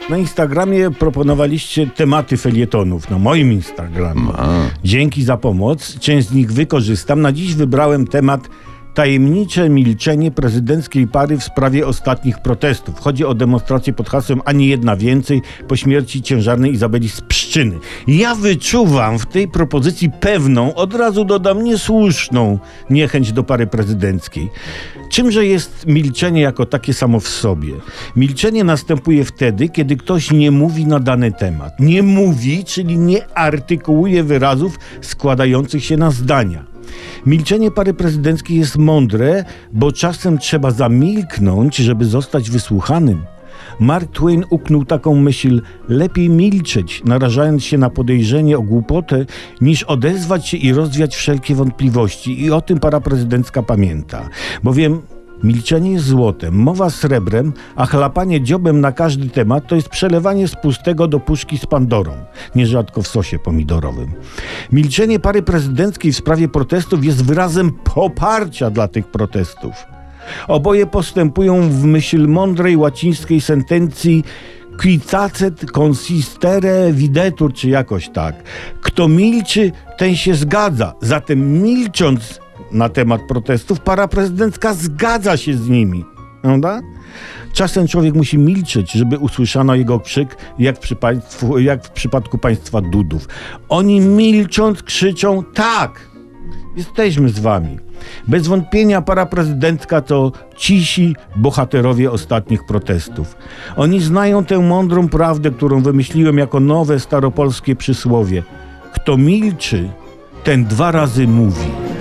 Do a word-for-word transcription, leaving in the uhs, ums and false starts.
Na Instagramie proponowaliście tematy felietonów, na moim Instagramie. A. Dzięki za pomoc, część z nich wykorzystam. Na dziś wybrałem temat tajemnicze milczenie prezydenckiej pary w sprawie ostatnich protestów. Chodzi o demonstrację pod hasłem ani jedna więcej po śmierci ciężarnej Izabeli z Pszczyny. Ja wyczuwam w tej propozycji pewną, od razu dodam niesłuszną niechęć do pary prezydenckiej. Czymże jest milczenie jako takie samo w sobie? Milczenie następuje wtedy, kiedy ktoś nie mówi na dany temat. Nie mówi, czyli nie artykułuje wyrazów składających się na zdania. Milczenie pary prezydenckiej jest mądre, bo czasem trzeba zamilknąć, żeby zostać wysłuchanym. Mark Twain uknął taką myśl: lepiej milczeć, narażając się na podejrzenie o głupotę, niż odezwać się i rozwiać wszelkie wątpliwości. I o tym para prezydencka pamięta. Bowiem milczenie jest złotem, mowa srebrem, a chlapanie dziobem na każdy temat to jest przelewanie z pustego do puszki z Pandorą, nierzadko w sosie pomidorowym. Milczenie pary prezydenckiej w sprawie protestów jest wyrazem poparcia dla tych protestów. Oboje postępują w myśl mądrej łacińskiej sentencji qui tacet consistere videtur, czy jakoś tak. Kto milczy, ten się zgadza. Zatem milcząc na temat protestów, para prezydencka zgadza się z nimi. Prawda? Czasem człowiek musi milczeć, żeby usłyszano jego krzyk, jak w, przypadku, jak w przypadku państwa Dudów. Oni milcząc krzyczą: tak, jesteśmy z wami. Bez wątpienia para prezydencka to cisi bohaterowie ostatnich protestów. Oni znają tę mądrą prawdę, którą wymyśliłem jako nowe staropolskie przysłowie: kto milczy, ten dwa razy mówi.